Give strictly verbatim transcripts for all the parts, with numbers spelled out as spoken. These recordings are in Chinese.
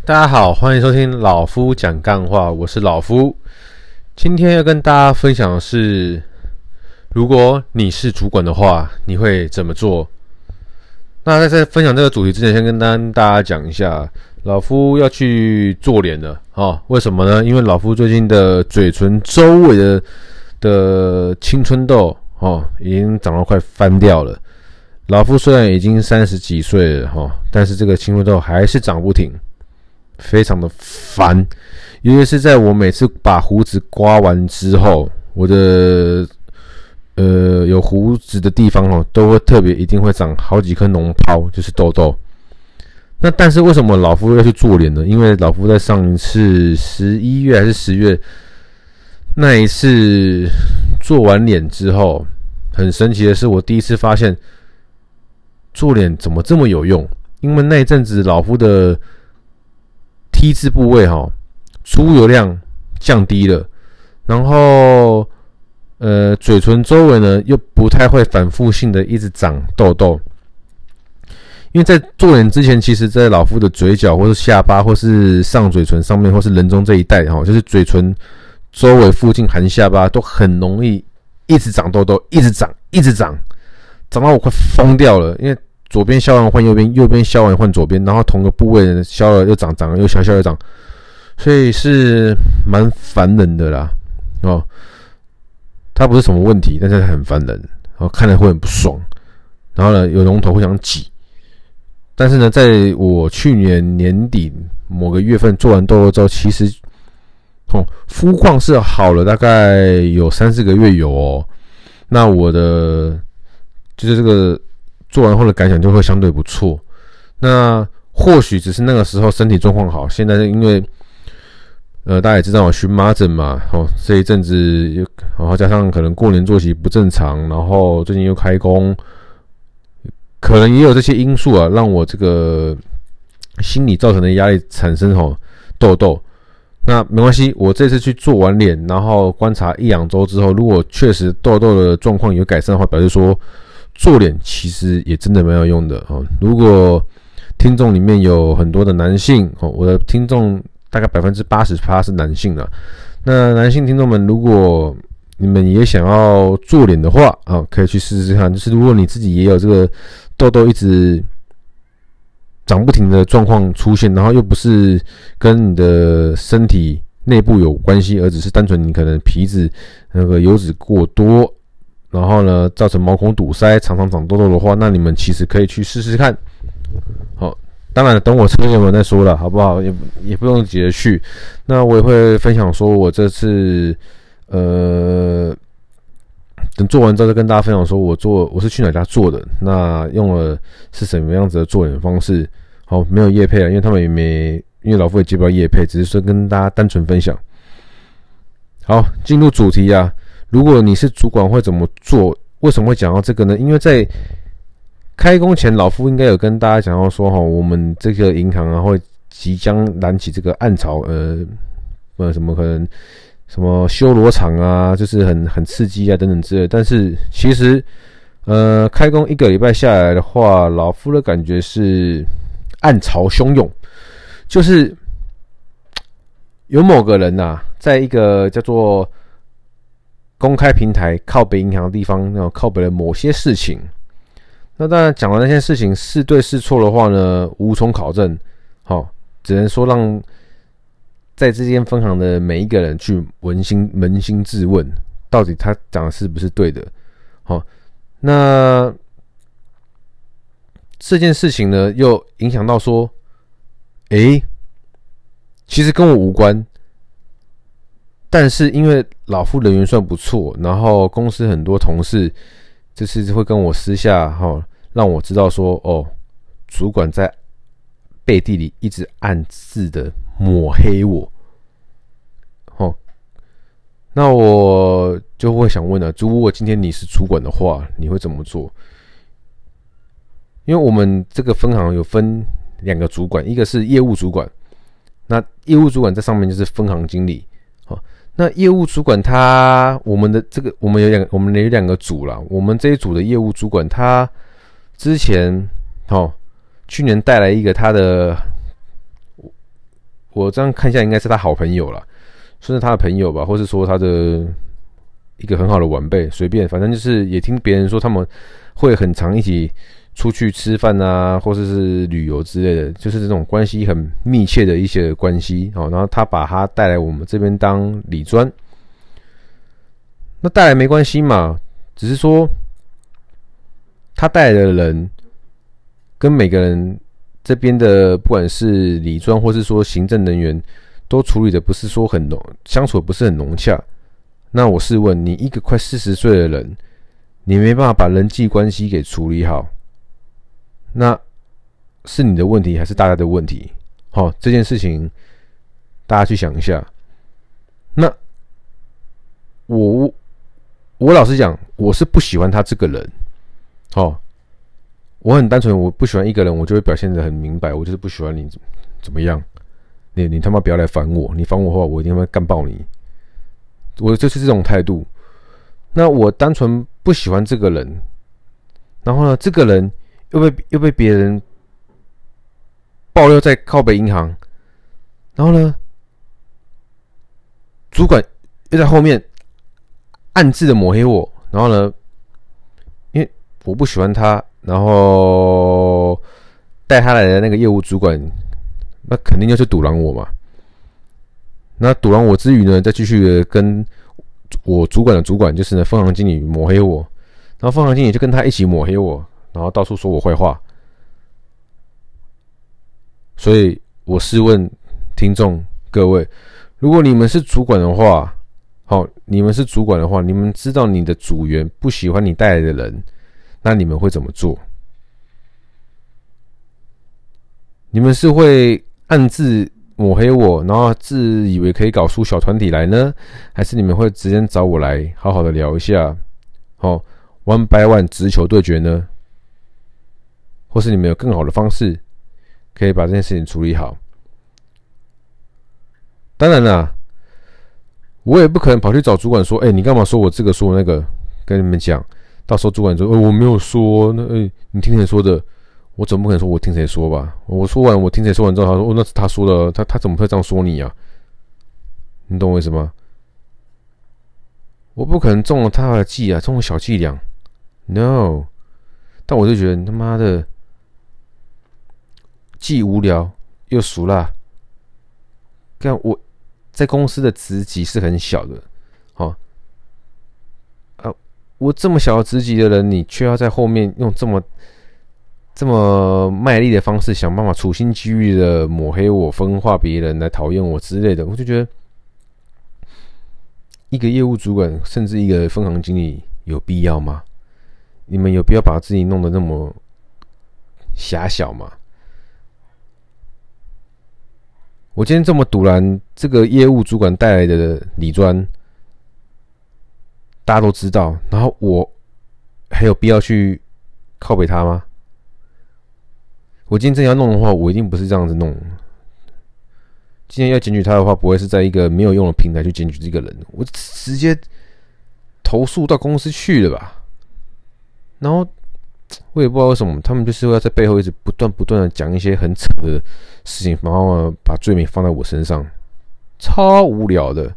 大家好，欢迎收听老夫讲干话，我是老夫。今天要跟大家分享的是，如果你是主管的话，你会怎么做？那在在分享这个主题之前，先跟大家讲一下，老夫要去做脸了哦。为什么呢？因为老夫最近的嘴唇周围的的青春痘哦，已经长到快翻掉了。老夫虽然已经三十几岁了哈，但是这个青春痘还是长不停。非常的烦，尤其是在我每次把胡子刮完之后，我的呃有胡子的地方哦，都会特别一定会长好几颗脓泡，就是痘痘。那但是为什么老夫要去做脸呢？因为老夫在上一次十一月还是十月那一次做完脸之后，很神奇的是，我第一次发现做脸怎么这么有用。因为那一阵子老夫的T 字部位哈，出油量降低了，然后呃嘴唇周围呢又不太会反复性的一直长痘痘，因为在做脸之前，其实在老夫的嘴角或是下巴或是上嘴唇上面或是人中这一带哈，就是嘴唇周围附近含下巴都很容易一直长痘痘，一直长一直长，长到我快疯掉了，因为左边消完换右边，右边消完换左边，然后同个部位消了又长，长了又消，消又长，所以是蛮烦人的啦。哦，它不是什么问题，但是它很烦人，然后看了会很不爽，然后呢有龙头会想挤。但是呢，在我去年年底某个月份做完痘痘之后，其实哦肤况是好了大概有三四个月有哦。那我的就是这个。做完后的感想就会相对不错，那或许只是那个时候身体状况好，现在是因为呃大家也知道我荨麻疹嘛，哦这一阵子又然后加上可能过年作息不正常，然后最近又开工，可能也有这些因素啊，让我这个心理造成的压力产生哦痘痘。那没关系，我这次去做完脸，然后观察一两周之后，如果确实痘痘的状况有改善的话，表示说做脸其实也真的蛮有用的哦。如果听众里面有很多的男性哦，我的听众大概 百分之八十 是男性啦。那男性听众们，如果你们也想要做脸的话啊，可以去试试看。就是如果你自己也有这个痘痘一直长不停的状况出现，然后又不是跟你的身体内部有关系，而只是单纯你可能皮脂那个油脂过多。然后呢，造成毛孔堵塞，常常长痘痘的话，那你们其实可以去试试看。好，当然等我测验完再说了，好不好？也也不用急着去。那我也会分享说，我这次呃，等做完之后再跟大家分享说，我做我是去哪家做的，那用了是什么样子的做脸方式。好，没有业配了，因为他们也没，因为老夫也接不到业配，只是说跟大家单纯分享。好，进入主题啊。如果你是主管会怎么做？为什么会讲到这个呢？因为在开工前，老夫应该有跟大家讲到说，哈，我们这个银行啊会即将燃起这个暗潮，呃，呃，什么可能什么修罗场啊，就是很很刺激啊等等之类的。但是其实，呃，开工一个礼拜下来的话，老夫的感觉是暗潮汹涌，就是有某个人呐、啊，在一个叫做公开平台靠北银行的地方，靠北了某些事情。那当然讲完那些事情是对是错的话呢，无从考证。好，只能说让在这间分行的每一个人去扪心扪心自问，到底他讲的是不是对的。好，那这件事情呢，又影响到说，诶，其实跟我无关。但是因为老夫人缘算不错，然后公司很多同事就是会跟我私下齁，让我知道说，哦，主管在背地里一直暗自的抹黑我，齁，那我就会想问了，如果今天你是主管的话，你会怎么做？因为我们这个分行有分两个主管，一个是业务主管，那业务主管在上面就是分行经理。那业务主管他，我们的这个我们有两个，我们有两个组啦。我们这一组的业务主管，他之前哦，去年带来一个他的我这样看一下，应该是他好朋友啦，算是他的朋友吧，或是说他的一个很好的晚辈，随便，反正就是也听别人说他们会很常一起出去吃饭啊，或者是旅游之类的，就是这种关系很密切的一些关系哦。然后他把他带来我们这边当理专，那带来没关系嘛，只是说他带来的人跟每个人这边的不管是理专或是说行政人员都处理的不是说很浓，相处的不是很融洽。那我试问你，一个快四十岁的人，你没办法把人际关系给处理好，那是你的问题还是大家的问题？好、哦，这件事情大家去想一下。那我我老实讲，我是不喜欢他这个人。哦，我很单纯，我不喜欢一个人，我就会表现得很明白，我就是不喜欢你怎么样，你你他妈不要来烦我，你烦我的话，我一定会干爆你。我就是这种态度。那我单纯不喜欢这个人，然后呢，这个人又被又被别人爆料在靠北银行，然后呢，主管又在后面暗自的抹黑我，然后呢，因为我不喜欢他，然后带他来的那个业务主管，那肯定就是堵拦我嘛。那堵拦我之余呢，再继续的跟我主管的主管，就是呢分行经理抹黑我，然后分行经理就跟他一起抹黑我，然后到处说我坏话。所以我试问听众各位，如果你们是主管的话，好，你们是主管的话，你们知道你的组员不喜欢你带来的人，那你们会怎么做？你们是会暗自抹黑我，然后自以为可以搞出小团体来呢，还是你们会直接找我来好好的聊一下，好 one by one 直球对决呢？或是你们有更好的方式可以把这件事情处理好？当然啦，我也不可能跑去找主管说，哎、欸，你干嘛说我这个说那个？跟你们讲，到时候主管说，呃、欸，我没有说，那哎、欸，你听谁说的？我总不可能说我听谁说吧？我说完，我听谁说完之后，他说：“哦，那是他说的，他他怎么会这样说你啊？”你懂我意思吗？我不可能中了他的计啊，中了小伎俩 ，no。但我就觉得你他妈的既无聊又俗辣。干我在公司的职级是很小的，好、哦、啊，我这么小的职级的人，你却要在后面用这么。这么卖力的方式，想办法处心积虑的抹黑我、分化别人来讨厌我之类的，我就觉得一个业务主管，甚至一个分行经理，有必要吗？你们有必要把自己弄得那么狭小吗？我今天这么堵拦这个业务主管带来的理专，大家都知道，然后我还有必要去靠北他吗？我今天真要弄的话，我一定不是这样子弄。今天要检举他的话，不会是在一个没有用的平台去检举这个人，我直接投诉到公司去了吧。然后我也不知道为什么，他们就是要在背后一直不断不断的讲一些很扯的事情，然后把罪名放在我身上，超无聊的。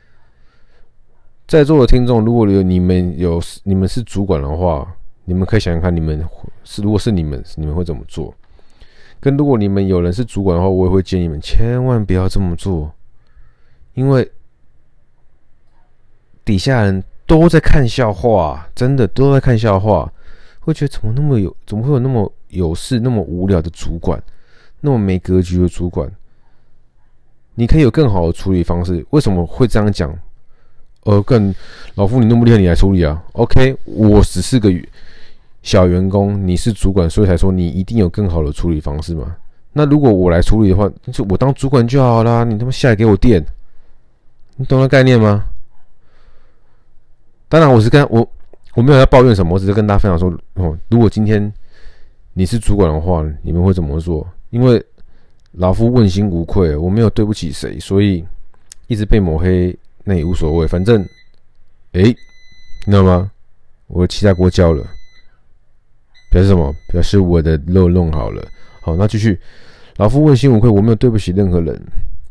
在座的听众，如果有你们有你们是主管的话，你们可以想想看，你们是如果是你们，你们会怎么做？跟如果你们有人是主管的话，我也会建议你们千万不要这么做，因为底下人都在看笑话，真的都在看笑话，会觉得怎么那么有，怎么会有那么有事、那么无聊的主管，那么没格局的主管？你可以有更好的处理方式。为什么会这样讲？呃，更老夫你那么厉害，你来处理啊 ？OK， 我只是个小员工，你是主管，所以才说你一定有更好的处理方式嘛。那如果我来处理的话，就我当主管就好啦，你他妈下来给我电，你懂那概念吗？当然，我是跟我我没有在抱怨什么，我只是跟大家分享说，哦，如果今天你是主管的话，你们会怎么做？因为老夫问心无愧，我没有对不起谁，所以一直被抹黑那也无所谓，反正，哎、欸，你知道吗？我的气炸锅焦了。表示什么？表示我的肉弄好了。好，那继续。老夫问心无愧，我没有对不起任何人。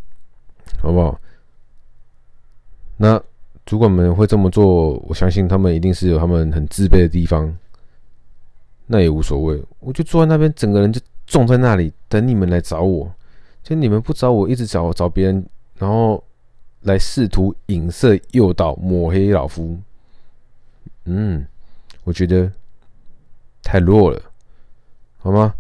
好不好？那主管们会这么做，我相信他们一定是有他们很自卑的地方，那也无所谓，我就坐在那边，整个人就种在那里，等你们来找我。就你们不找我，一直找找别人，然后来试图影射、诱导、抹黑老夫。嗯，我觉得太弱了，好吗？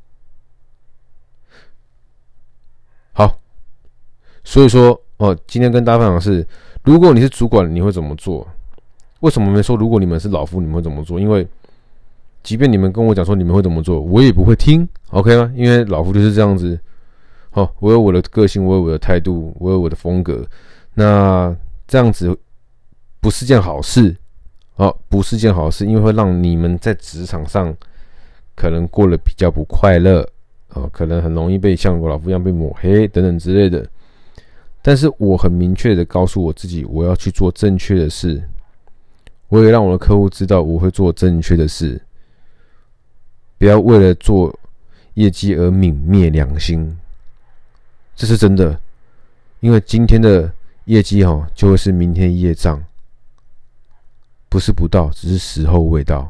好，所以说哦，今天跟大家分享的是，如果你是主管，你会怎么做？为什么没说如果你们是老夫，你们会怎么做？因为即便你们跟我讲说你们会怎么做，我也不会听 ，OK 吗？因为老夫就是这样子。好，我有我的个性，我有我的态度，我有我的风格。那这样子不是件好事，哦，不是件好事，因为会让你们在职场上可能过得比较不快乐，哦，可能很容易被像我老夫一样被抹黑等等之类的。但是我很明确的告诉我自己，我要去做正确的事。我也让我的客户知道我会做正确的事，不要为了做业绩而泯灭良心。这是真的，因为今天的业绩哈，就会是明天的业障，不是不到，只是时候未到。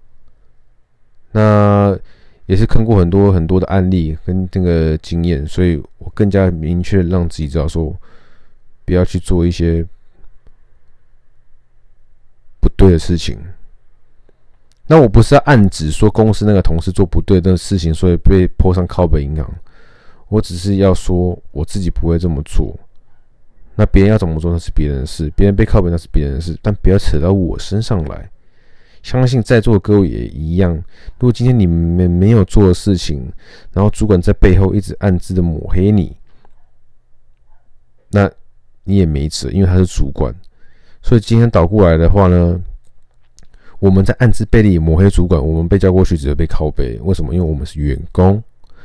那也是看过很多很多的案例跟这个经验，所以我更加明确让自己知道说，不要去做一些不对的事情。那我不是要暗指说公司那个同事做不对的事情，所以被泼上靠北银行。我只是要说，我自己不会这么做。那别人要怎么做，那是别人的事；别人被靠北，那是别人的事。但不要扯到我身上来。相信在座的各位也一样。如果今天你们没有做的事情，然后主管在背后一直暗自的抹黑你，那你也没辙，因为他是主管。所以今天倒过来的话呢，我们在暗自背地抹黑主管，我们被叫过去只会被靠北。为什么？因为我们是员工。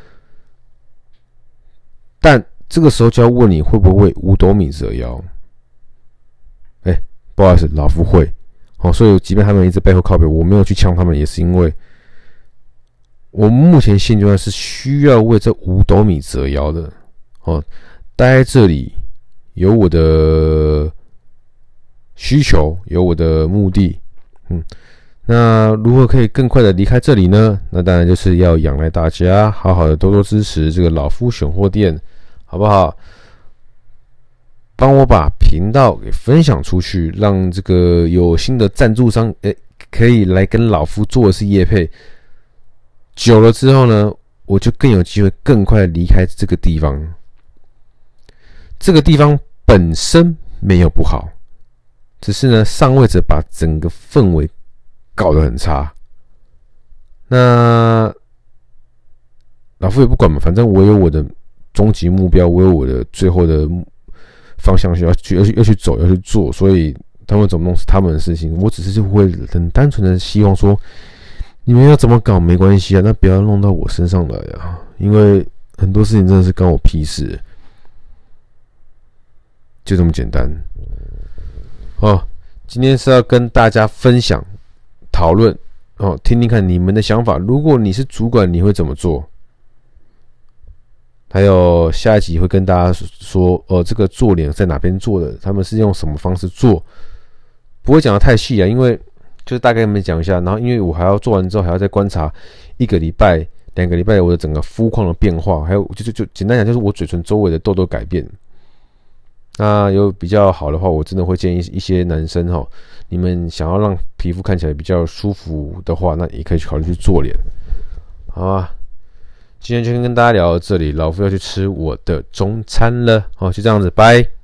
但这个时候就要问你会不会五斗米折腰？哎、欸，不好意思，老夫会。好，所以即便他们一直背后靠北，我没有去呛他们，也是因为我目前现阶段是需要为这五斗米折腰的。哦，待在这里有我的需求，有我的目的。嗯，那如何可以更快的离开这里呢？那当然就是要仰赖大家好好的多多支持这个老夫选货店，好不好？帮我把频道给分享出去，让这个有新的赞助商，欸，可以来跟老夫做的是业配。久了之后呢，我就更有机会更快的离开这个地方。这个地方本身没有不好，只是呢，上位者把整个氛围搞得很差。那老夫也不管嘛，反正我有我的终极目标，我有我的最后的方向要去要去要去走要去做，所以他们怎么弄是他们的事情，我只是会很单纯的希望说，你们要怎么搞没关系啊，那不要弄到我身上来啊，因为很多事情真的是关我屁事，就这么简单。哦，今天是要跟大家分享讨论哦，听听看你们的想法。如果你是主管，你会怎么做？还有下一集会跟大家说，呃，这个做脸在哪边做的，他们是用什么方式做，不会讲得太细啊，因为就是大概跟你们讲一下。然后，因为我还要做完之后，还要再观察一个礼拜、两个礼拜我的整个肤况的变化，还有就就就简单讲，就是我嘴唇周围的痘痘改变。那有比较好的话，我真的会建议一些男生哈，你们想要让皮肤看起来比较舒服的话，那也可以考虑去做脸，好吧？今天就跟大家聊到这里，老夫要去吃我的中餐了，好，就这样子，拜。